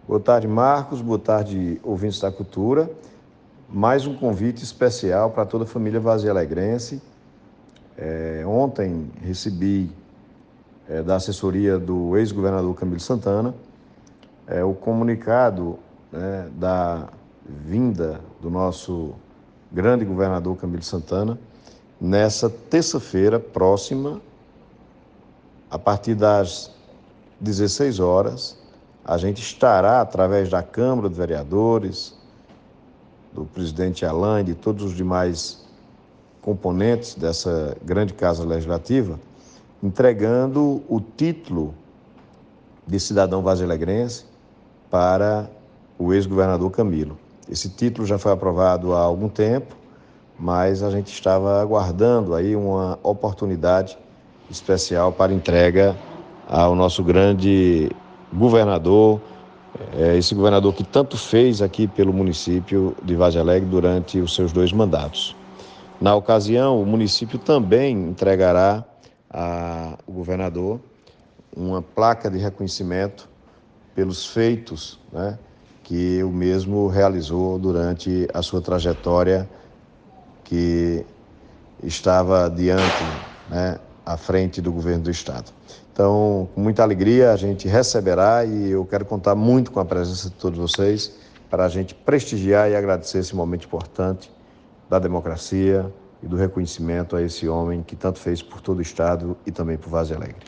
Boa tarde, Marcos. Boa tarde, ouvintes da Cultura. Mais um convite especial para toda a família vazialegrense. Ontem recebi da assessoria do ex-governador Camilo Santana o comunicado, da vinda do nosso grande governador Camilo Santana nessa terça-feira próxima, a partir das 16 horas. A gente estará, através da Câmara de Vereadores, do presidente Alain e de todos os demais componentes dessa grande Casa Legislativa, entregando o título de cidadão vazialegrense para o ex-governador Camilo. Esse título já foi aprovado há algum tempo, mas a gente estava aguardando aí uma oportunidade especial para entrega ao nosso grande governador, esse governador que tanto fez aqui pelo município de Vargem Alegre durante os seus 2 mandatos. Na ocasião, o município também entregará ao governador uma placa de reconhecimento pelos feitos, que o mesmo realizou durante a sua trajetória, que estava diante, à frente do governo do estado. Então, com muita alegria, a gente receberá e eu quero contar muito com a presença de todos vocês para a gente prestigiar e agradecer esse momento importante da democracia e do reconhecimento a esse homem que tanto fez por todo o estado e também por Vargem Alegre.